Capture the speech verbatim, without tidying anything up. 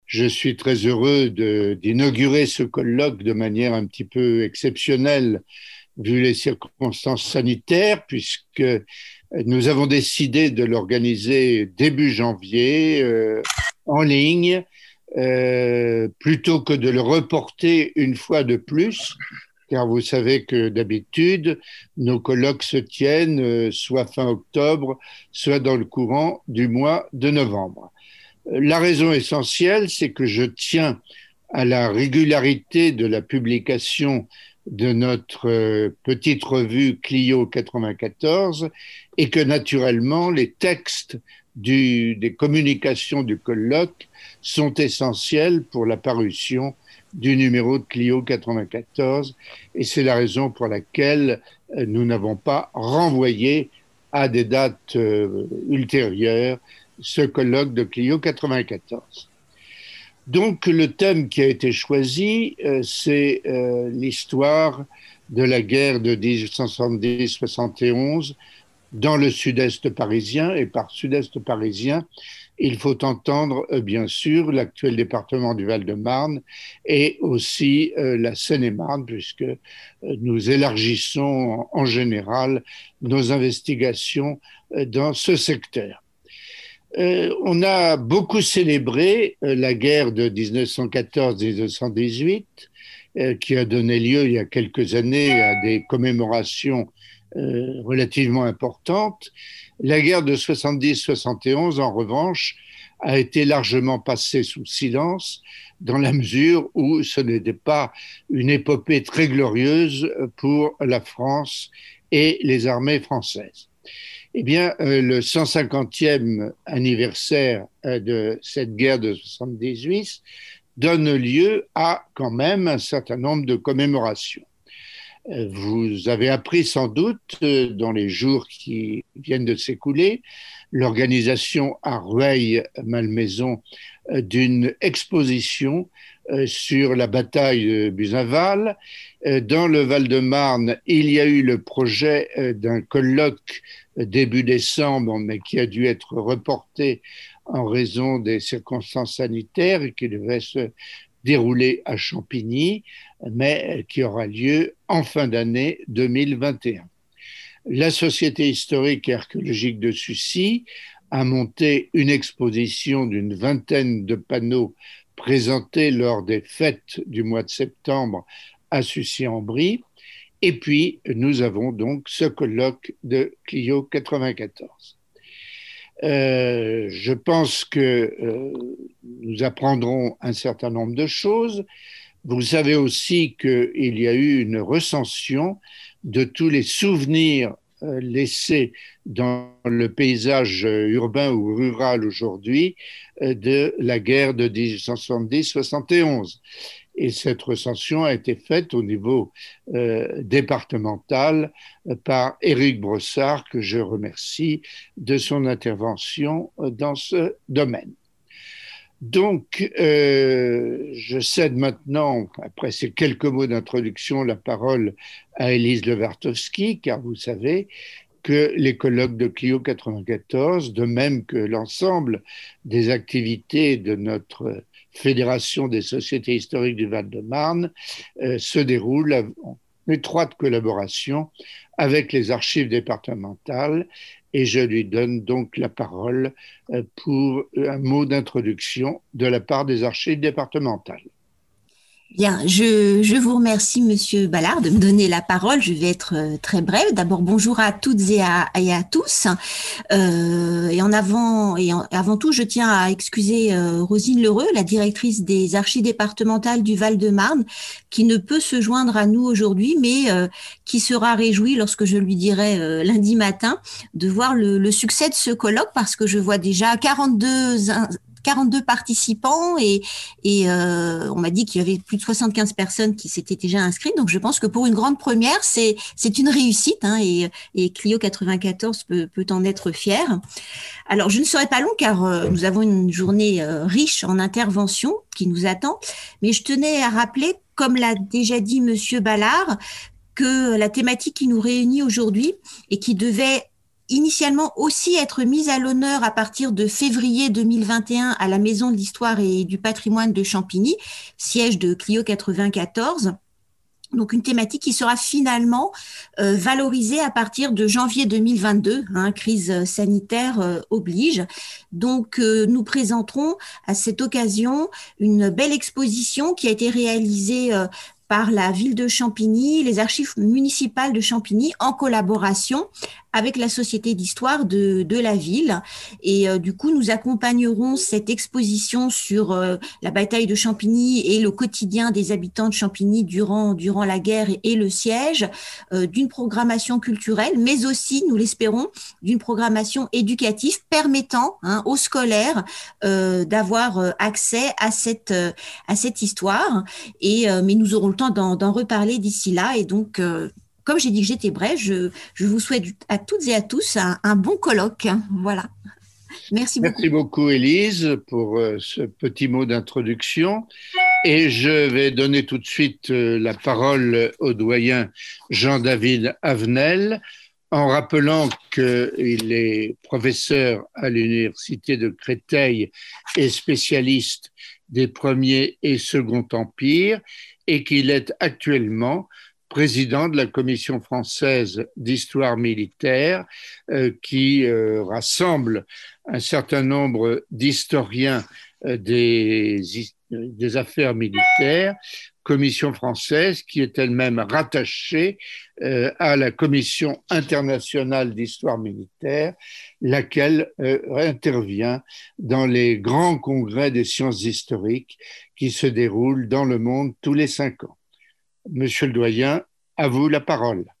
Je suis très heureux de- d'inaugurer ce colloque de manière un petit peu exceptionnelle vu les circonstances sanitaires, puisque nous avons décidé de l'organiser début janvier euh, en ligne, euh, plutôt que de le reporter une fois de plus, car vous savez que d'habitude, nos colloques se tiennent euh, soit fin octobre, soit dans le courant du mois de novembre. La raison essentielle, c'est que je tiens à la régularité de la publication de notre euh, petite revue Clio quatre-vingt-quatorze et que naturellement les textes du, des communications du colloque sont essentiels pour la parution du numéro de Clio quatre-vingt-quatorze et c'est la raison pour laquelle euh, nous n'avons pas renvoyé à des dates euh, ultérieures ce colloque de Clio quatre-vingt-quatorze. Donc le thème qui a été choisi, euh, c'est euh, l'histoire de la guerre de mille huit cent soixante-dix soixante et onze dans le sud-est parisien. Et par sud-est parisien, il faut entendre euh, bien sûr l'actuel département du Val-de-Marne et aussi euh, la Seine-et-Marne, puisque euh, nous élargissons en, en général nos investigations euh, dans ce secteur. Euh, on a beaucoup célébré euh, la guerre de dix-neuf cent quatorze mille neuf cent dix-huit, euh, qui a donné lieu il y a quelques années à des commémorations euh, relativement importantes. La guerre de soixante-dix soixante et onze, en revanche, a été largement passée sous silence dans la mesure où ce n'était pas une épopée très glorieuse pour la France et les armées françaises. Eh bien, euh, le cent cinquantième anniversaire euh, de cette guerre de soixante-dix-huit donne lieu à quand même un certain nombre de commémorations. Euh, vous avez appris sans doute euh, dans les jours qui viennent de s'écouler l'organisation à Rueil-Malmaison euh, d'une exposition euh, sur la bataille de Buzenval. Euh, dans le Val-de-Marne, il y a eu le projet euh, d'un colloque euh, début décembre, mais qui a dû être reporté en raison des circonstances sanitaires et qui devait se dérouler à Champigny, mais qui aura lieu en fin d'année deux mille vingt et un. La Société historique et archéologique de Sucy a monté une exposition d'une vingtaine de panneaux présentés lors des fêtes du mois de septembre à Sucy-en-Brie. Et puis, nous avons donc ce colloque de Clio quatre-vingt-quatorze. Euh, je pense que euh, nous apprendrons un certain nombre de choses. Vous savez aussi qu'il y a eu une recension de tous les souvenirs euh, laissés dans le paysage urbain ou rural aujourd'hui euh, de la guerre de mille huit cent soixante-dix soixante et onze. Et cette recension a été faite au niveau euh, départemental euh, par Éric Brossard, que je remercie de son intervention euh, dans ce domaine. Donc, euh, je cède maintenant, après ces quelques mots d'introduction, la parole à Élise Lewartowski, car vous savez que les colloques de Clio quatre-vingt-quatorze, de même que l'ensemble des activités de notre Fédération des sociétés historiques du Val-de-Marne, euh, se déroulent en étroite collaboration avec les archives départementales et je lui donne donc la parole euh, pour un mot d'introduction de la part des archives départementales. Bien, je, je vous remercie, Monsieur Ballard, de me donner la parole. Je vais être euh, très brève. D'abord, bonjour à toutes et à, et à tous. Euh, et en avant, et en, avant tout, je tiens à excuser euh, Rosine Lheureux, la directrice des archives départementales du Val-de-Marne, qui ne peut se joindre à nous aujourd'hui, mais euh, qui sera réjouie lorsque je lui dirai euh, lundi matin de voir le, le succès de ce colloque, parce que je vois déjà quarante-deux quarante-deux participants et, et euh, on m'a dit qu'il y avait plus de soixante-quinze personnes qui s'étaient déjà inscrites. Donc, je pense que pour une grande première, c'est, c'est une réussite hein, et, et Clio quatre-vingt-quatorze peut, peut en être fier. Alors, je ne serai pas long car euh, nous avons une journée euh, riche en interventions qui nous attend. Mais je tenais à rappeler, comme l'a déjà dit Monsieur Ballard, que la thématique qui nous réunit aujourd'hui et qui devait initialement aussi être mise à l'honneur à partir de février deux mille vingt et un à la Maison de l'Histoire et du Patrimoine de Champigny, siège de Clio quatre-vingt-quatorze. Donc une thématique qui sera finalement euh, valorisée à partir de janvier deux mille vingt-deux, hein, crise sanitaire euh, oblige. Donc euh, nous présenterons à cette occasion une belle exposition qui a été réalisée euh, par la ville de Champigny, les archives municipales de Champigny, en collaboration avec la Société d'histoire de, de la ville. Et euh, du coup, nous accompagnerons cette exposition sur euh, la bataille de Champigny et le quotidien des habitants de Champigny durant, durant la guerre et, et le siège, euh, d'une programmation culturelle, mais aussi, nous l'espérons, d'une programmation éducative permettant hein, aux scolaires euh, d'avoir euh, accès à cette, euh, à cette histoire. Et, euh, mais nous aurons le temps d'en, d'en reparler d'ici là. Et donc, euh, comme j'ai dit que j'étais brève, je, je vous souhaite à toutes et à tous un, un bon colloque. Voilà. Merci beaucoup. Merci beaucoup, Élise, pour euh, ce petit mot d'introduction. Et je vais donner tout de suite euh, la parole au doyen Jean-David Avenel, en rappelant qu'il est professeur à l'Université de Créteil et spécialiste des Premier et Second Empires, et qu'il est actuellement président de la Commission française d'histoire militaire, euh, qui euh, rassemble un certain nombre d'historiens euh, des, des affaires militaires, commission française qui est elle-même rattachée euh, à la Commission internationale d'histoire militaire, laquelle euh, intervient dans les grands congrès des sciences historiques qui se déroulent dans le monde tous les cinq ans. Monsieur le doyen, à vous la parole.